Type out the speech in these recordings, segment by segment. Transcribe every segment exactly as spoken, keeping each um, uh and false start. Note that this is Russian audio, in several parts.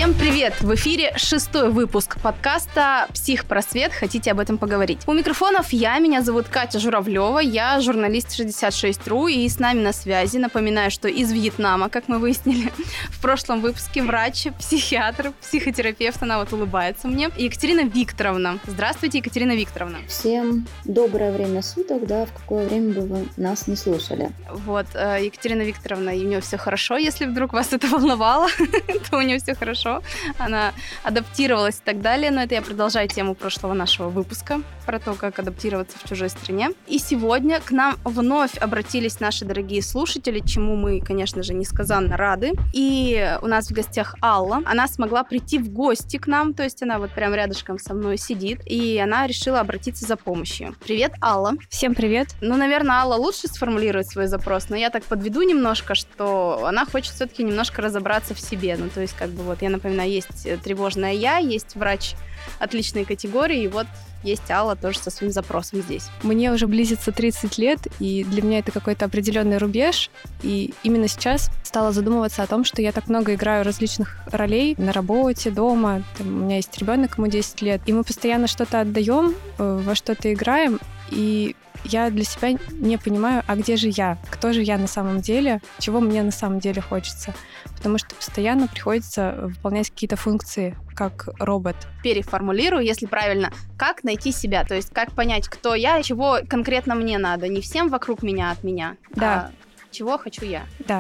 Всем привет! В эфире шестой выпуск подкаста «Психпросвет. Хотите об этом поговорить?». У микрофонов я, меня зовут Катя Журавлева, я журналист шестьдесят шесть точка ру, и с нами на связи, напоминаю, что из Вьетнама, как мы выяснили в прошлом выпуске, врач, психиатр, психотерапевт, она вот улыбается мне, Екатерина Викторовна. Здравствуйте, Екатерина Викторовна. Всем доброе время суток, да, в какое время бы вы нас не слушали. Вот, Екатерина Викторовна, и у нее все хорошо, если вдруг вас это волновало, то у нее все хорошо. Она адаптировалась и так далее, но это я продолжаю тему прошлого нашего выпуска про то, как адаптироваться в чужой стране. И сегодня к нам вновь обратились наши дорогие слушатели, чему мы, конечно же, несказанно рады. И у нас в гостях Алла. Она смогла прийти в гости к нам, то есть она вот прям рядышком со мной сидит, и она решила обратиться за помощью. Привет, Алла. Всем привет. Ну, наверное, Алла лучше сформулирует свой запрос, но я так подведу немножко, что она хочет все-таки немножко разобраться в себе. Ну, то есть, как бы вот, я напоминаю, есть тревожная я, есть врач отличной категории, и вот есть Алла тоже со своим запросом здесь. Мне уже близится тридцать лет, и для меня это какой-то определенный рубеж, и именно сейчас стала задумываться о том, что я так много играю различных ролей на работе, дома. Там, у меня есть ребенок, ему десять лет, и мы постоянно что-то отдаем, во что-то играем, и я для себя не понимаю, а где же я? Кто же я на самом деле? Чего мне на самом деле хочется? Потому что постоянно приходится выполнять какие-то функции, как робот. Переформулирую, если правильно, как найти себя? То есть как понять, кто я, чего конкретно мне надо? Не всем вокруг меня от меня, да. а чего хочу я? Да.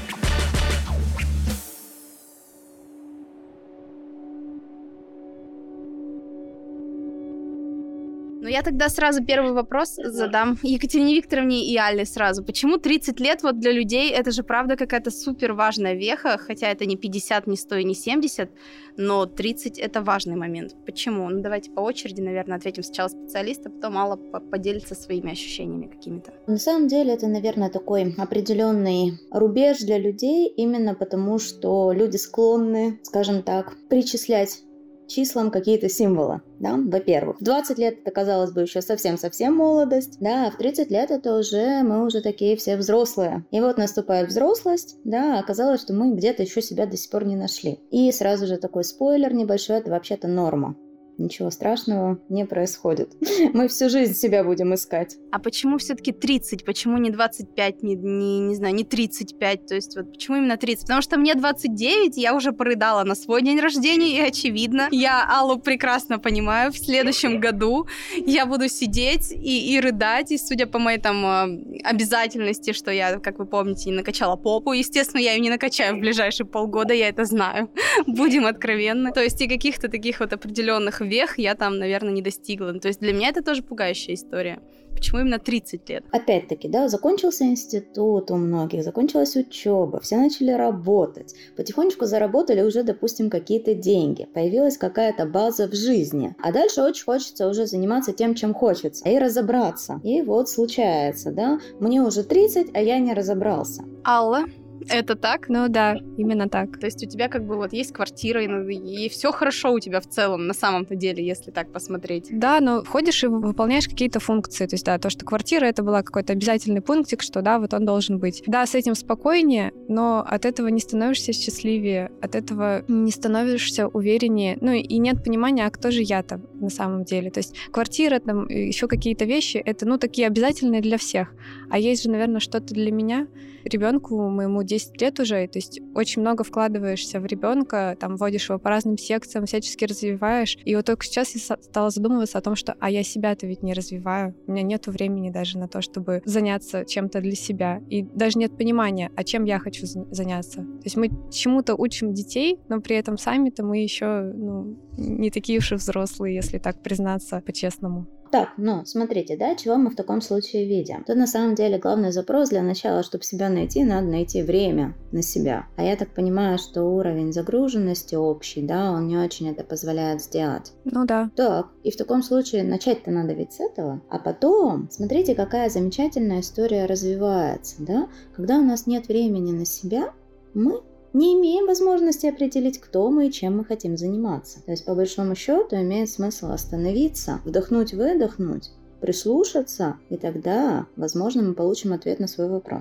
Ну, я тогда сразу первый вопрос задам Екатерине Викторовне и Алле сразу. Почему тридцать лет вот для людей это же правда какая-то супер важная веха, хотя это не пятьдесят, не сто и не семьдесят, но тридцать это важный момент. Почему? Ну, давайте по очереди, наверное, ответим сначала специалиста, потом Алла поделится своими ощущениями какими-то. На самом деле это, наверное, такой определенный рубеж для людей, именно потому что люди склонны, скажем так, причислять числам какие-то символы, да, во-первых. В двадцать лет это, казалось бы, еще совсем-совсем молодость, да, а в тридцать лет это уже, мы уже такие все взрослые. И вот наступает взрослость, да, оказалось, что мы где-то еще себя до сих пор не нашли. И сразу же такой спойлер небольшой, это вообще-то норма. Ничего страшного не происходит. Мы всю жизнь себя будем искать. А почему все-таки тридцать? Почему не двадцать пять, не, не, не знаю, не тридцать пять? То есть вот почему именно тридцать? Потому что мне двадцать девять, я уже порыдала на свой день рождения, и очевидно, я Аллу прекрасно понимаю, в следующем году я буду сидеть и, и рыдать, и судя по моей там обязательности, что я, как вы помните, не накачала попу, естественно, я ее не накачаю в ближайшие полгода, я это знаю. Будем откровенны. То есть и каких-то таких вот определенных вех я там, наверное, не достигла. То есть для меня это тоже пугающая история. Почему именно тридцать лет? Опять-таки, да, закончился институт у многих, закончилась учеба, все начали работать. Потихонечку заработали уже, допустим, какие-то деньги. Появилась какая-то база в жизни. А дальше очень хочется уже заниматься тем, чем хочется. И разобраться. И вот случается, да, мне уже тридцать, а я не разобрался. Алла, это так? Ну да, именно так. То есть у тебя как бы вот есть квартира, и, и все хорошо у тебя в целом, на самом-то деле, если так посмотреть. Да, но ходишь и выполняешь какие-то функции. То есть, да, то, что квартира, это была какой-то обязательный пунктик, что да, вот он должен быть. Да, с этим спокойнее, но от этого не становишься счастливее, от этого не становишься увереннее. Ну и нет понимания, а кто же я-то на самом деле. То есть квартира, там, еще какие-то вещи, это, ну, такие обязательные для всех. А есть же, наверное, что-то для меня. Ребенку моему десять лет уже, то есть очень много вкладываешься в ребенка, там вводишь его по разным секциям, всячески развиваешь. И вот только сейчас я стала задумываться о том, что а я себя-то ведь не развиваю. У меня нету времени даже на то, чтобы заняться чем-то для себя. И даже нет понимания, а чем я хочу заняться. То есть мы чему-то учим детей, но при этом сами-то мы еще, ну, не такие уж и взрослые, если так признаться по-честному. Так, ну, смотрите, да, чего мы в таком случае видим? Тут на самом деле главный запрос для начала, чтобы себя найти, надо найти время на себя. А я так понимаю, что уровень загруженности общий, да, он не очень это позволяет сделать. Ну да. Так, и в таком случае начать-то надо ведь с этого. А потом, смотрите, какая замечательная история развивается, да? Когда у нас нет времени на себя, мы не имеем возможности определить, кто мы и чем мы хотим заниматься. То есть, по большому счету, имеет смысл остановиться, вдохнуть-выдохнуть, прислушаться, и тогда, возможно, мы получим ответ на свой вопрос.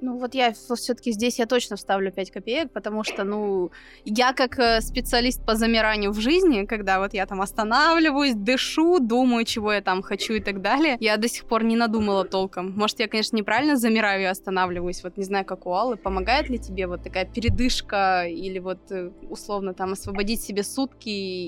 Ну вот я все-таки здесь я точно вставлю пять копеек, потому что, ну, я как специалист по замиранию в жизни, когда вот я там останавливаюсь, дышу, думаю, чего я там хочу и так далее, я до сих пор не надумала толком. Может, я, конечно, неправильно замираю и останавливаюсь, вот не знаю, как у Аллы. Помогает ли тебе вот такая передышка или вот условно там освободить себе сутки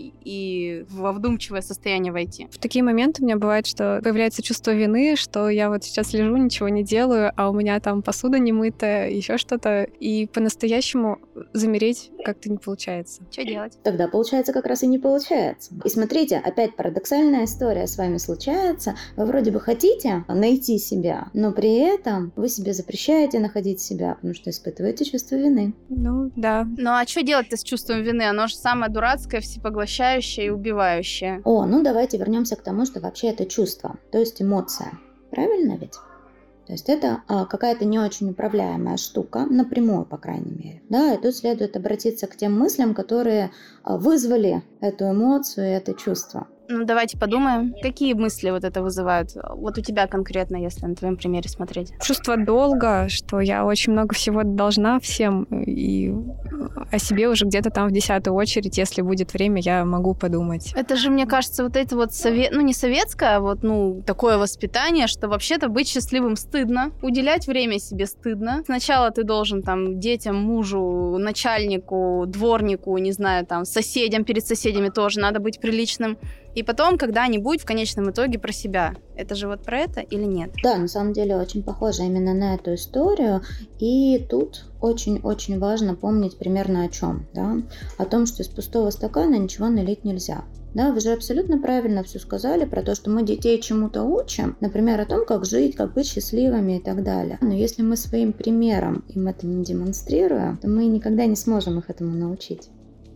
и во вдумчивое состояние войти? В такие моменты у меня бывает, что появляется чувство вины, что я вот сейчас лежу, ничего не делаю, а у меня там посуда не мытая, еще что-то, и по-настоящему замереть как-то не получается. Что делать? Тогда, получается, как раз и не получается. И смотрите, опять парадоксальная история с вами случается. Вы вроде бы хотите найти себя, но при этом вы себе запрещаете находить себя, потому что испытываете чувство вины. Ну, да. Ну, а что делать-то с чувством вины? Оно же самое дурацкое, всепоглощающее и убивающее. О, ну давайте вернемся к тому, что вообще это чувство, то есть эмоция. Правильно ведь? То есть это а, какая-то не очень управляемая штука, напрямую, по крайней мере. Да, и тут следует обратиться к тем мыслям, которые а, вызвали эту эмоцию и это чувство. Ну, давайте подумаем, какие мысли вот это вызывают. Вот у тебя конкретно, если на твоем примере смотреть. Чувство долга, что я очень много всего должна всем, и о себе уже где-то там в десятую очередь, если будет время, я могу подумать. Это же, мне кажется, вот это вот, совет... ну, не советское, а вот, ну, такое воспитание, что вообще-то быть счастливым стыдно, уделять время себе стыдно. Сначала ты должен там детям, мужу, начальнику, дворнику, не знаю, там, соседям, перед соседями тоже надо быть приличным. И потом когда-нибудь в конечном итоге про себя. Это же вот про это или нет? Да, на самом деле очень похоже именно на эту историю. И тут очень-очень важно помнить примерно о чем. Да? О том, что из пустого стакана ничего налить нельзя. Да, вы же абсолютно правильно все сказали про то, что мы детей чему-то учим, например, о том, как жить, как быть счастливыми и так далее. Но если мы своим примером им это не демонстрируем, то мы никогда не сможем их этому научить.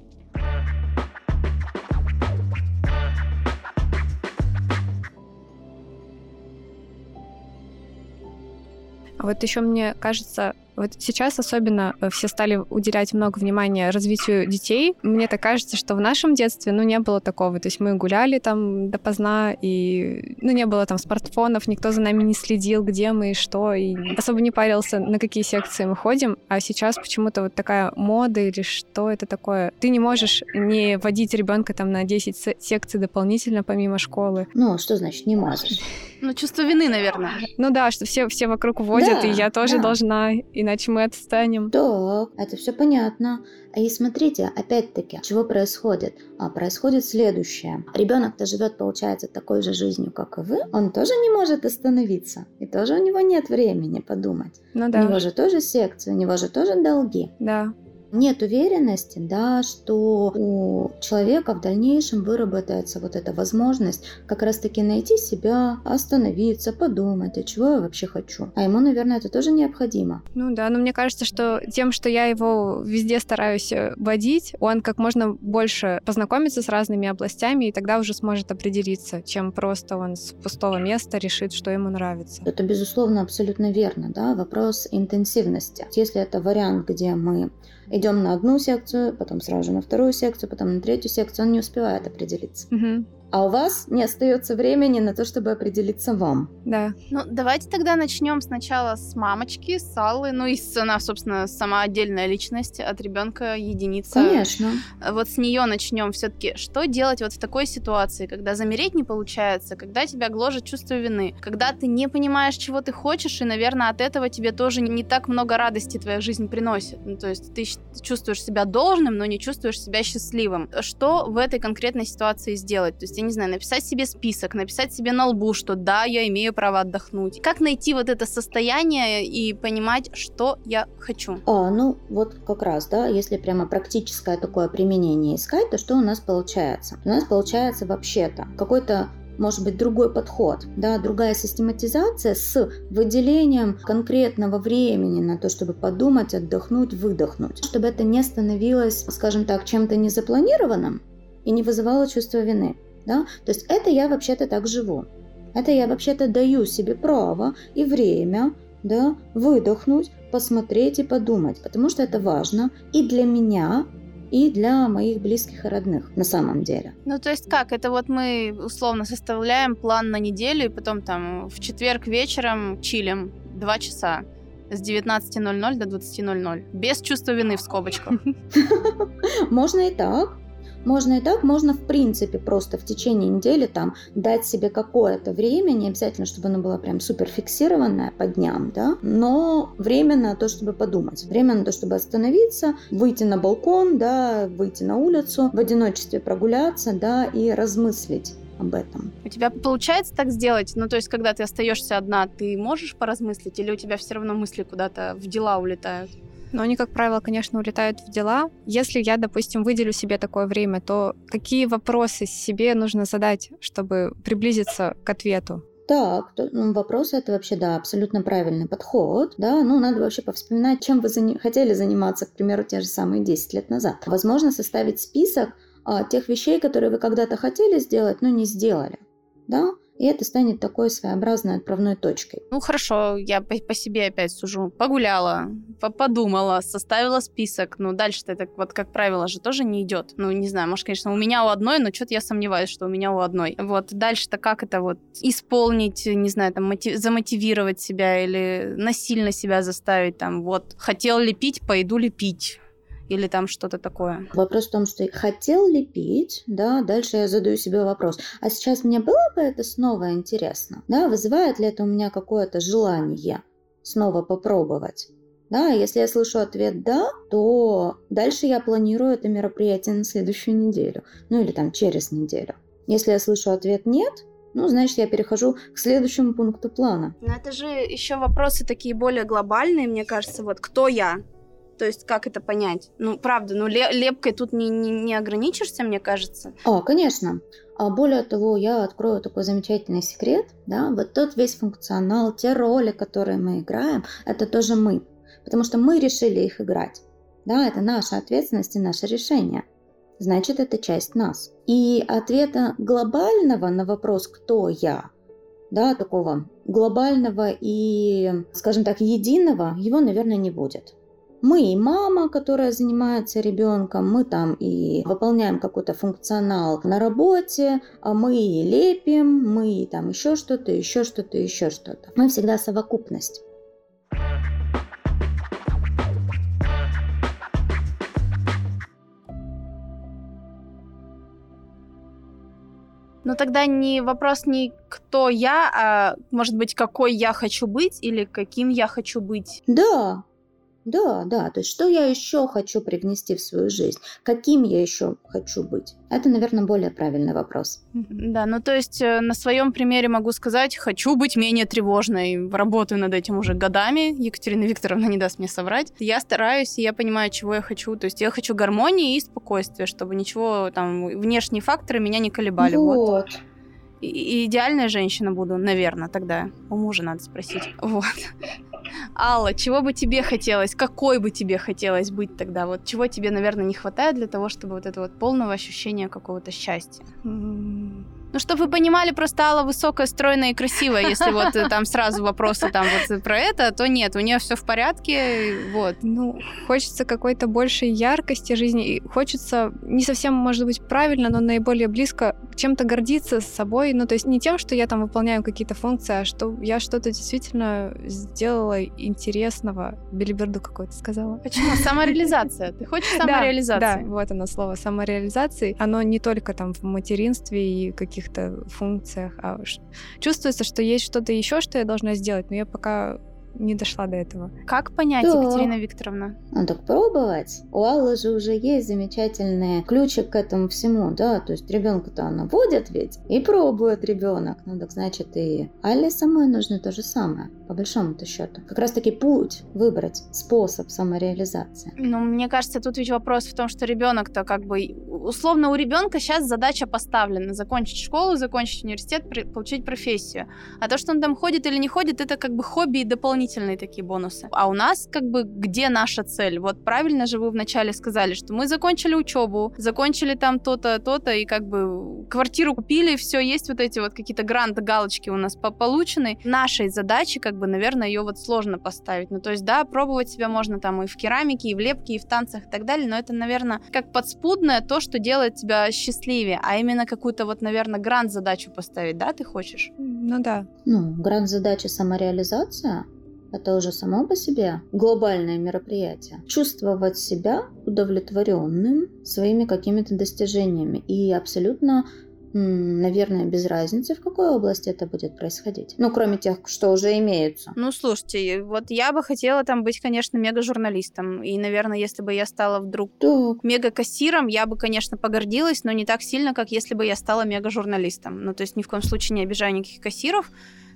А вот еще мне кажется, вот сейчас особенно все стали уделять много внимания развитию детей. Мне так кажется, что в нашем детстве, ну, не было такого. То есть мы гуляли там допоздна, и, ну, не было там смартфонов, никто за нами не следил, где мы и что, и особо не парился, на какие секции мы ходим. А сейчас почему-то вот такая мода или что это такое. Ты не можешь не водить ребенка там на десять секций дополнительно помимо школы. Ну, что значит не можешь? Ну, чувство вины, наверное. Ну да, что все, все вокруг водят, да, и я тоже да. должна, иначе мы отстанем. Да, это все понятно. И смотрите, опять-таки, чего происходит? А происходит следующее. Ребенок-то живет, получается, такой же жизнью, как и вы. Он тоже не может остановиться. И тоже у него нет времени подумать. Ну да. У него же тоже секции, у него же тоже долги. Да. Нет уверенности, да, что у человека в дальнейшем выработается вот эта возможность как раз-таки найти себя, остановиться, подумать, а чего я вообще хочу. А ему, наверное, это тоже необходимо. Ну да, но мне кажется, что тем, что я его везде стараюсь водить, он как можно больше познакомится с разными областями, и тогда уже сможет определиться, чем просто он с пустого места решит, что ему нравится. Это, безусловно, абсолютно верно, да, вопрос интенсивности. Если это вариант, где мы идем на одну секцию, потом сразу же на вторую секцию, потом на третью секцию, он не успевает определиться. Угу. А у вас не остается времени на то, чтобы определиться вам. Да. Ну, давайте тогда начнем сначала с мамочки, с Аллы. Ну, и с, она, собственно, сама отдельная личность, от ребенка единица. Конечно. Вот с нее начнем все-таки. Что делать вот в такой ситуации, когда замереть не получается, когда тебя гложет чувство вины, когда ты не понимаешь, чего ты хочешь, и, наверное, от этого тебе тоже не так много радости твоя жизнь приносит. Ну, то есть ты чувствуешь себя должным, но не чувствуешь себя счастливым. Что в этой конкретной ситуации сделать? То есть я не знаю, написать себе список, написать себе на лбу, что да, я имею право отдохнуть. Как найти вот это состояние и понимать, что я хочу? А, ну, вот как раз, да, если прямо практическое такое применение искать, то что у нас получается? У нас получается вообще-то какой-то, может быть, другой подход, да, другая систематизация с выделением конкретного времени на то, чтобы подумать, отдохнуть, выдохнуть. Чтобы это не становилось, скажем так, чем-то незапланированным и не вызывало чувство вины. Да? То есть это я вообще-то так живу. Это я вообще-то даю себе право и время, да, выдохнуть, посмотреть и подумать. Потому что это важно и для меня, и для моих близких и родных на самом деле. Ну, то есть как? Это вот мы условно составляем план на неделю, и потом там в четверг вечером чилим два часа. с девятнадцати ноль-ноль до двадцати ноль-ноль. Без чувства вины в скобочках. Можно и так. Можно и так, можно в принципе просто в течение недели там дать себе какое-то время, не обязательно, чтобы оно было прям супер фиксированное по дням, да, но время на то, чтобы подумать, время на то, чтобы остановиться, выйти на балкон, да, выйти на улицу, в одиночестве прогуляться, да, и размыслить об этом. У тебя получается так сделать? Ну, то есть, когда ты остаешься одна, ты можешь поразмыслить, или у тебя все равно мысли куда-то в дела улетают? Но они, как правило, конечно, улетают в дела. Если я, допустим, выделю себе такое время, то какие вопросы себе нужно задать, чтобы приблизиться к ответу? Так, то, ну, вопросы — это вообще, да, абсолютно правильный подход, да, ну, надо вообще повспоминать, чем вы зани- хотели заниматься, к примеру, те же самые десять лет назад. Возможно, составить список а, тех вещей, которые вы когда-то хотели сделать, но не сделали, да, и это станет такой своеобразной отправной точкой. Ну, хорошо, я по, по себе опять сужу. Погуляла, подумала, составила список. Ну, дальше-то это, вот, как правило, же тоже не идет. Ну, не знаю, может, конечно, у меня у одной, но что-то я сомневаюсь, что у меня у одной. Вот, дальше-то как это вот исполнить, не знаю, там, мотив, замотивировать себя или насильно себя заставить, там, вот, хотел лепить, пойду лепить. Или там что-то такое? Вопрос в том, что хотел лепить, да, дальше я задаю себе вопрос, а сейчас мне было бы это снова интересно? Да, вызывает ли это у меня какое-то желание снова попробовать? Да, если я слышу ответ «да», то дальше я планирую это мероприятие на следующую неделю, ну или там через неделю. Если я слышу ответ «нет», ну, значит, я перехожу к следующему пункту плана. Но это же еще вопросы такие более глобальные, мне кажется, вот «кто я?». То есть как это понять? Ну, правда, ну лепкой тут не, не, не ограничишься, мне кажется. А, конечно. А более того, я открою такой замечательный секрет, да, вот тот весь функционал, те роли, которые мы играем, это тоже мы. Потому что мы решили их играть. Да, это наша ответственность и наше решение. Значит, это часть нас. И ответа глобального на вопрос «кто я?», да, такого глобального и, скажем так, единого, его, наверное, не будет. Мы и мама, которая занимается ребенком, мы там и выполняем какой-то функционал на работе, а мы и лепим, мы и там еще что-то, еще что-то, еще что-то. Мы всегда совокупность. Но тогда не вопрос не кто я, а может быть, какой я хочу быть или каким я хочу быть. Да. Да, да, то есть что я еще хочу привнести в свою жизнь, каким я еще хочу быть. Это, наверное, более правильный вопрос. Да, ну то есть на своем примере могу сказать, хочу быть менее тревожной, работаю над этим уже годами, Екатерина Викторовна не даст мне соврать. Я стараюсь, и я понимаю, чего я хочу, то есть я хочу гармонии и спокойствия, чтобы ничего там, внешние факторы меня не колебали. Вот. Вот. И идеальная женщина буду, наверное, тогда. У мужа надо спросить. Вот. Алла, чего бы тебе хотелось? Какой бы тебе хотелось быть тогда? Вот чего тебе, наверное, не хватает для того, чтобы вот это вот полного ощущения какого-то счастья? Ну, чтобы вы понимали, просто Алла высокая, стройная и красивая. Если вот там сразу вопросы там вот про это, то нет, у нее все в порядке, вот. Ну, хочется какой-то большей яркости жизни, и хочется не совсем, может быть, правильно, но наиболее близко чем-то гордиться собой, ну, то есть не тем, что я там выполняю какие-то функции, а что я что-то действительно сделала интересного. Белиберду какой-то сказала. Почему? Самореализация. Ты хочешь самореализации? Да, да, вот оно слово, самореализации. Оно не только там в материнстве и каких каких-то функциях, а чувствуется, что есть что-то еще, что я должна сделать, но я пока не дошла до этого. Как понять, да. Екатерина Викторовна? Ну так пробовать. У Аллы же уже есть замечательный ключик к этому всему, да, то есть ребенка-то она водит ведь, и пробует ребенок. Ну так значит и Алле самой нужно то же самое, по большому-то счету. Как раз-таки путь выбрать, способ самореализации. Ну, мне кажется, тут ведь вопрос в том, что ребенок-то как бы, условно, у ребенка сейчас задача поставлена: закончить школу, закончить университет, получить профессию. А то, что он там ходит или не ходит, это как бы хобби и дополнительные такие бонусы. А у нас как бы где наша цель? Вот правильно же вы вначале сказали, что мы закончили учебу, закончили там то-то, то-то, и как бы квартиру купили, все, есть вот эти вот какие-то гранты, галочки у нас получены. Нашей задачи, как бы, наверное, ее вот сложно поставить. Ну, то есть, да, пробовать себя можно там и в керамике, и в лепке, и в танцах, и так далее, но это, наверное, как подспудное то, что делает тебя счастливее, а именно какую-то вот, наверное, грант-задачу поставить, да, ты хочешь? Ну, да. Ну, грант-задача самореализация. это уже само по себе глобальное мероприятие. Чувствовать себя удовлетворенным своими какими-то достижениями. И абсолютно, наверное, без разницы, в какой области это будет происходить. Ну, кроме тех, что уже имеются. Ну, слушайте, вот я бы хотела там быть, конечно, мега-журналистом. И, наверное, если бы я стала вдруг так. мега-кассиром, я бы, конечно, погордилась, но не так сильно, как если бы я стала мега-журналистом. Ну, то есть ни в коем случае не обижаю никаких кассиров.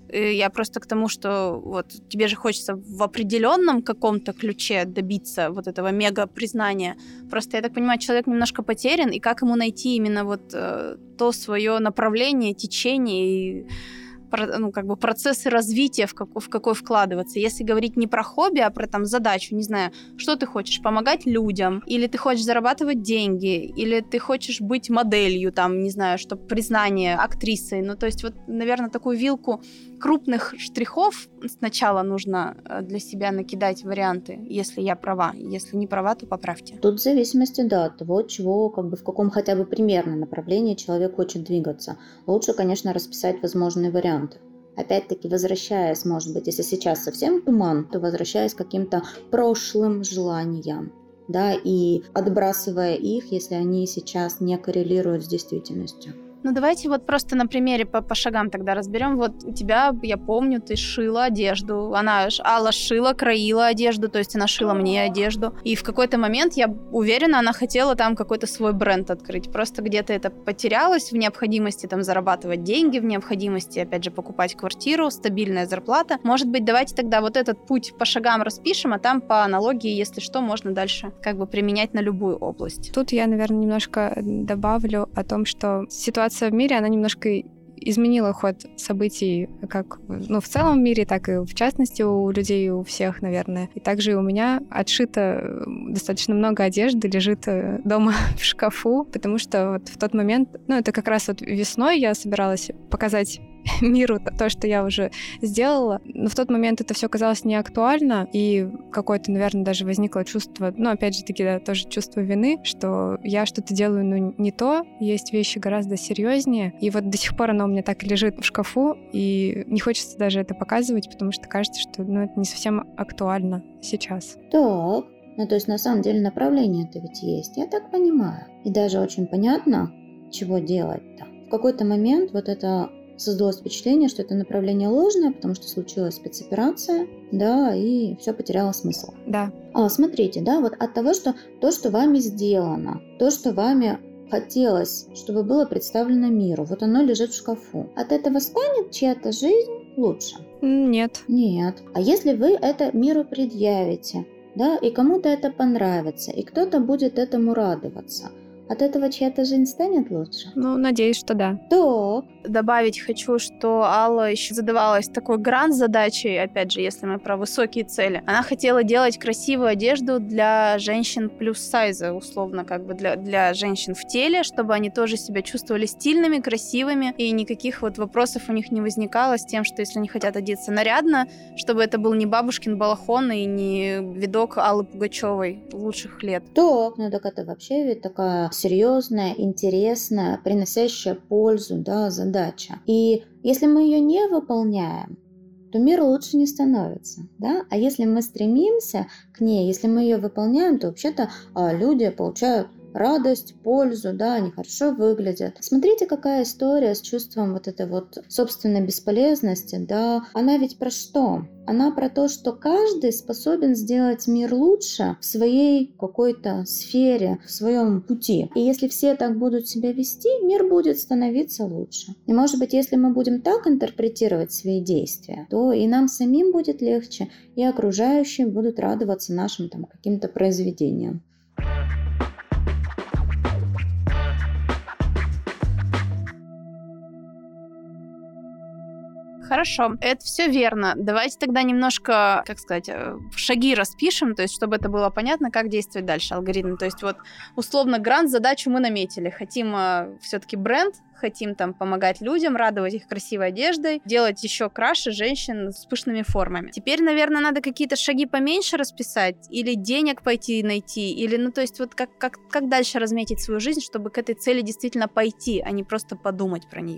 Я просто к тому, что вот тебе же хочется в определенном каком-то ключе добиться вот этого мега-признания. Просто, я так понимаю, человек немножко потерян, и как ему найти именно вот э, то свое направление, течение и ну, как бы процессы развития, в, как, в какой вкладываться. Если говорить не про хобби, а про там задачу, не знаю, что ты хочешь, помогать людям, или ты хочешь зарабатывать деньги, или ты хочешь быть моделью, там, не знаю, чтобы признание актрисой. Ну, то есть вот, наверное, такую вилку крупных штрихов сначала нужно для себя накидать варианты, если я права. Если не права, то поправьте. Тут в зависимости, да, от того, чего, как бы в каком хотя бы примерном направлении человек хочет двигаться. Лучше, конечно, расписать возможные варианты. Опять-таки, возвращаясь, может быть, если сейчас совсем туман, то возвращаясь к каким-то прошлым желаниям, да, и отбрасывая их, если они сейчас не коррелируют с действительностью. Ну, давайте вот просто на примере по, по шагам тогда разберем. Вот у тебя, я помню, ты шила одежду. Она, Алла шила, краила одежду, то есть она шила мне одежду. И в какой-то момент, я уверена, она хотела там какой-то свой бренд открыть. Просто где-то это потерялось в необходимости там зарабатывать деньги, в необходимости, опять же, покупать квартиру, стабильная зарплата. Может быть, давайте тогда вот этот путь по шагам распишем, а там по аналогии, если что, можно дальше как бы применять на любую область. Тут я, наверное, немножко добавлю о том, что ситуация в мире, она немножко изменила ход событий как ну, в целом мире, так и в частности у людей, у всех, наверное. И также и у меня отшито достаточно много одежды, лежит дома в шкафу, потому что вот в тот момент, ну, это как раз вот весной я собиралась показать миру то, что я уже сделала. Но в тот момент это все казалось не актуально, и какое-то, наверное, даже возникло чувство, ну, опять же таки, да, тоже чувство вины, что я что-то делаю, ну, не то, есть вещи гораздо серьезнее, и вот до сих пор оно у меня так и лежит в шкафу, и не хочется даже это показывать, потому что кажется, что, ну, это не совсем актуально сейчас. Так, ну, то есть, на самом деле, направление-то ведь есть, я так понимаю. И даже очень понятно, чего делать-то. В какой-то момент вот это создалось впечатление, что это направление ложное, потому что случилась спецоперация, да, и все потеряло смысл. Да. А, смотрите, да, вот от того, что то, что вами сделано, то, что вами хотелось, чтобы было представлено миру, вот оно лежит в шкафу. От этого станет чья-то жизнь лучше? Нет. Нет. А если вы это миру предъявите, да, и кому-то это понравится, и кто-то будет этому радоваться, от этого чья-то жизнь станет лучше? Ну, надеюсь, что да. Так. Добавить хочу, что Алла еще задавалась такой гранд-задачей, опять же, если мы про высокие цели. Она хотела делать красивую одежду для женщин плюс сайза, условно, как бы для, для женщин в теле, чтобы они тоже себя чувствовали стильными, красивыми, и никаких вот вопросов у них не возникало с тем, что если они хотят одеться нарядно, чтобы это был не бабушкин балахон и не видок Аллы Пугачевой лучших лет. Так, ну так это вообще ведь такая серьезная, интересная, приносящая пользу, да, задача. И если мы ее не выполняем, то мир лучше не становится, да? А если мы стремимся к ней, если мы ее выполняем, то вообще-то люди получают радость, пользу, да, они хорошо выглядят. Смотрите, какая история с чувством вот этой вот собственной бесполезности, да, она ведь про что? Она про то, что каждый способен сделать мир лучше в своей какой-то сфере, в своем пути. И если все так будут себя вести, мир будет становиться лучше. И может быть, если мы будем так интерпретировать свои действия, то и нам самим будет легче, и окружающие будут радоваться нашим там каким-то произведениям. Хорошо, это все верно. Давайте тогда немножко, как сказать, шаги распишем, то есть чтобы это было понятно, как действовать дальше, алгоритм. То есть вот условно грант-задачу мы наметили. Хотим э, все-таки бренд, хотим там помогать людям, радовать их красивой одеждой, делать еще краше женщин с пышными формами. Теперь, наверное, надо какие-то шаги поменьше расписать, или денег пойти найти, или, ну, то есть вот как, как, как дальше разметить свою жизнь, чтобы к этой цели действительно пойти, а не просто подумать про нее.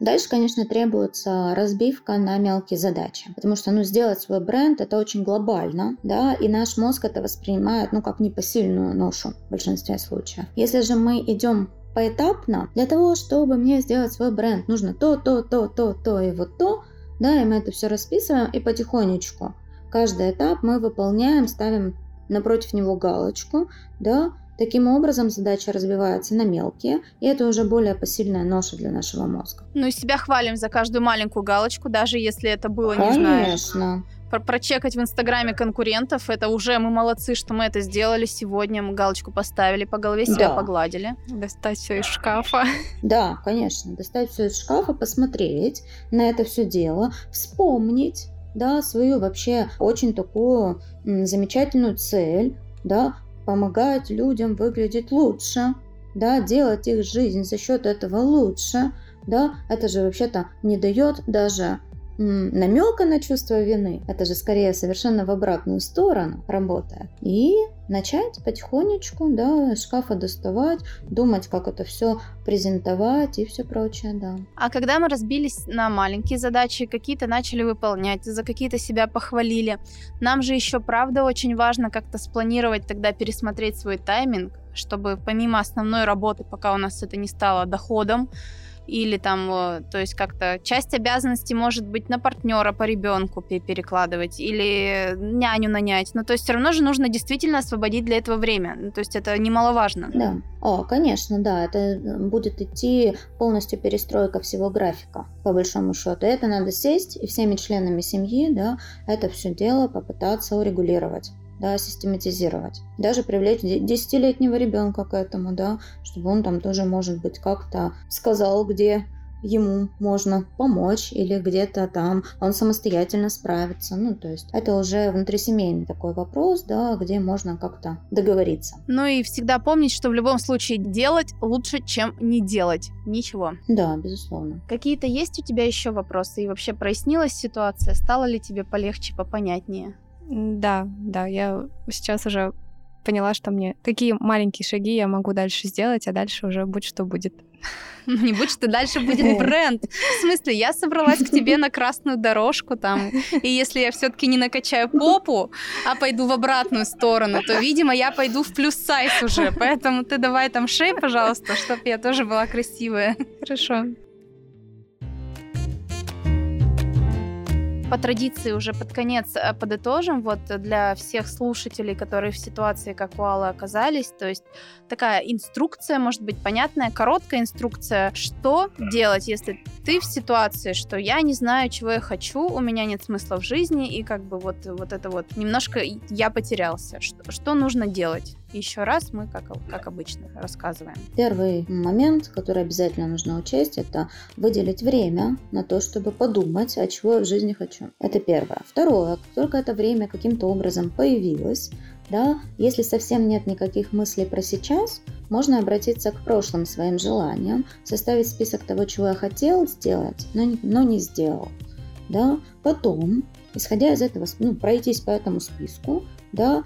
Дальше, конечно, требуется разбивка на мелкие задачи, потому что, ну, сделать свой бренд — это очень глобально, да, и наш мозг это воспринимает, ну, как непосильную ношу в большинстве случаев. Если же мы идем поэтапно, для того, чтобы мне сделать свой бренд, нужно то, то, то, то, то и вот то, да, и мы это все расписываем, и потихонечку каждый этап мы выполняем, ставим напротив него галочку, да. Таким образом, задача разбивается на мелкие, и это уже более посильная ноша для нашего мозга. Ну и себя хвалим за каждую маленькую галочку, даже если это было, Конечно. не знаю... Конечно. Прочекать в Инстаграме конкурентов, это уже мы молодцы, что мы это сделали сегодня, мы галочку поставили, по голове себя да. погладили. Достать все из шкафа. Да, конечно, достать все из шкафа, посмотреть на это все дело, вспомнить, да, свою вообще очень такую м, замечательную цель, да, помогать людям выглядеть лучше, да, делать их жизнь за счет этого лучше, да, это же вообще-то не дает даже м, намека на чувство вины, это же скорее совершенно в обратную сторону работает. И начать потихонечку, да, из шкафа доставать, думать, как это все презентовать и все прочее, да. А когда мы разбились на маленькие задачи, какие-то начали выполнять, за какие-то себя похвалили, нам же еще, правда, очень важно как-то спланировать, тогда пересмотреть свой тайминг, чтобы помимо основной работы, пока у нас это не стало доходом, или там, то есть как-то часть обязанностей может быть на партнера по ребенку перекладывать, или няню нанять. Но то есть все равно же нужно действительно освободить для этого время. То есть это немаловажно. Да. О, конечно, да. Это будет идти полностью перестройка всего графика, по большому счету. И это надо сесть и всеми членами семьи, да, это все дело попытаться урегулировать. Да, систематизировать. Даже привлечь десятилетнего ребенка к этому, да, чтобы он там тоже, может быть, как-то сказал, где ему можно помочь, или где-то там он самостоятельно справится. Ну, то есть это уже внутрисемейный такой вопрос, да, где можно как-то договориться. Ну и всегда помнить, что в любом случае делать лучше, чем не делать ничего. Да, безусловно. Какие-то есть у тебя еще вопросы? И вообще прояснилась ситуация? Стало ли тебе полегче, попонятнее? Да, да, я сейчас уже поняла, что мне такие маленькие шаги я могу дальше сделать, а дальше уже будь что будет. Не будь что, дальше будет бренд. В смысле, я собралась к тебе на красную дорожку там, и если я все-таки не накачаю попу, а пойду в обратную сторону, то, видимо, я пойду в плюс-сайз уже. Поэтому ты давай там шей, пожалуйста, чтобы я тоже была красивая. Хорошо. По традиции уже под конец подытожим вот для всех слушателей, которые в ситуации, как у Аллы, оказались. То есть такая инструкция, может быть, понятная, короткая инструкция, что делать, если ты в ситуации, что я не знаю, чего я хочу, у меня нет смысла в жизни, и как бы вот, вот это вот немножко я потерялся. Что, что нужно делать? Еще раз мы, как, как обычно, рассказываем. Первый момент, который обязательно нужно учесть, это выделить время на то, чтобы подумать, а чего я в жизни хочу. Это первое. Второе, как только это время каким-то образом появилось, да, если совсем нет никаких мыслей про сейчас, можно обратиться к прошлым своим желаниям, составить список того, чего я хотел сделать, но не, но не сделал. Да. Потом, исходя из этого, ну, пройтись по этому списку, да,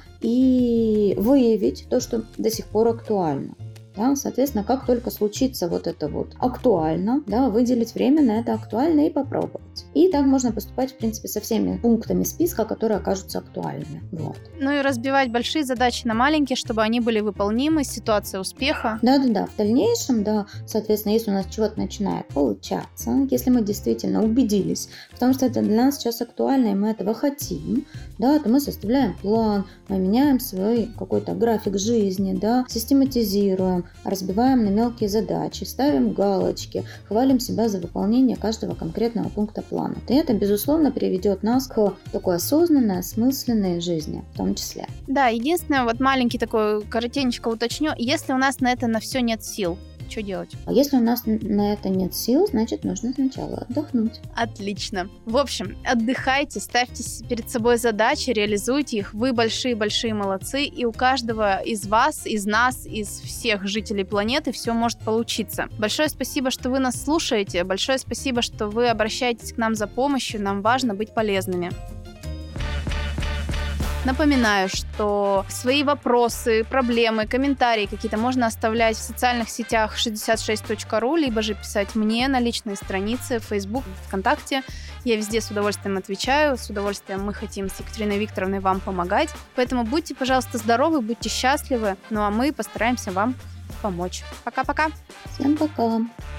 и выявить то, что до сих пор актуально. Да, соответственно, как только случится вот это вот актуально, да, выделить время на это актуально и попробовать. И так можно поступать, в принципе, со всеми пунктами списка, которые окажутся актуальными. Вот. Ну и разбивать большие задачи на маленькие, чтобы они были выполнимы, ситуация успеха. Да-да-да, в дальнейшем, да, соответственно, если у нас чего-то начинает получаться, если мы действительно убедились, потому что это для нас сейчас актуально, и мы этого хотим, да, то мы составляем план, мы меняем свой какой-то график жизни, да, систематизируем, разбиваем на мелкие задачи, ставим галочки, хвалим себя за выполнение каждого конкретного пункта плана. И это, безусловно, приведет нас к такой осознанной, осмысленной жизни, в том числе. Да, единственное, вот маленький такой, коротенько уточню, если у нас на это на все нет сил, что делать? А если у нас на это нет сил, значит, нужно сначала отдохнуть. Отлично. В общем, отдыхайте, ставьте перед собой задачи, реализуйте их. Вы большие-большие молодцы, и у каждого из вас, из нас, из всех жителей планеты все может получиться. Большое спасибо, что вы нас слушаете. Большое спасибо, что вы обращаетесь к нам за помощью. Нам важно быть полезными. Напоминаю, что свои вопросы, проблемы, комментарии какие-то можно оставлять в социальных сетях шестьдесят шесть точка ру, либо же писать мне на личные страницы в Facebook, ВКонтакте. Я везде с удовольствием отвечаю, с удовольствием мы хотим с Екатериной Викторовной вам помогать. Поэтому будьте, пожалуйста, здоровы, будьте счастливы, ну а мы постараемся вам помочь. Пока-пока. Всем пока.